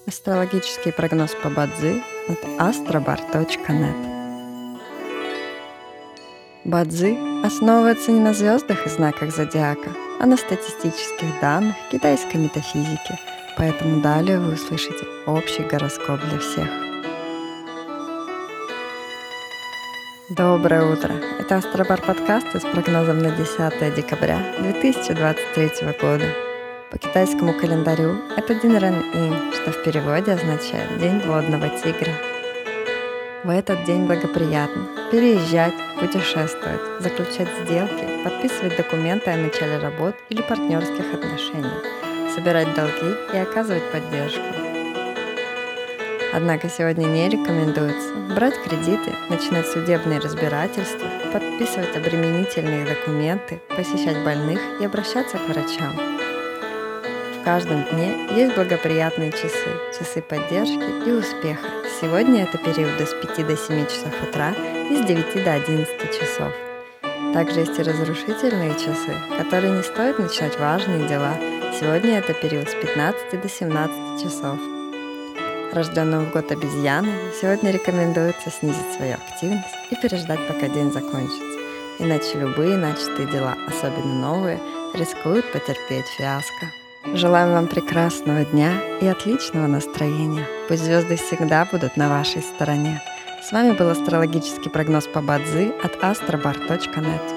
Астрологический прогноз по Бадзи от astrobar.net. Бадзи основывается не на звездах и знаках зодиака, а на статистических данных китайской метафизики, поэтому далее вы услышите общий гороскоп для всех. Доброе утро! Это Астробар подкасты с прогнозом на 10 декабря 2023 года. По китайскому календарю это Дин Рен Ин, что в переводе означает «День водного тигра». В этот день благоприятно переезжать, путешествовать, заключать сделки, подписывать документы о начале работ или партнерских отношений, собирать долги и оказывать поддержку. Однако сегодня не рекомендуется брать кредиты, начинать судебные разбирательства, подписывать обременительные документы, посещать больных и обращаться к врачам. В каждом дне есть благоприятные часы поддержки и успеха. Сегодня это периоды с 5 до 7 часов утра и с 9 до 11 часов. Также есть и разрушительные часы, которые не стоит начинать важные дела. Сегодня это период с 15 до 17 часов. Рожденным в год обезьяны сегодня рекомендуется снизить свою активность и переждать, пока день закончится. Иначе любые начатые дела, особенно новые, рискуют потерпеть фиаско. Желаем вам прекрасного дня и отличного настроения. Пусть звезды всегда будут на вашей стороне. С вами был астрологический прогноз по Бадзи от astrobar.net.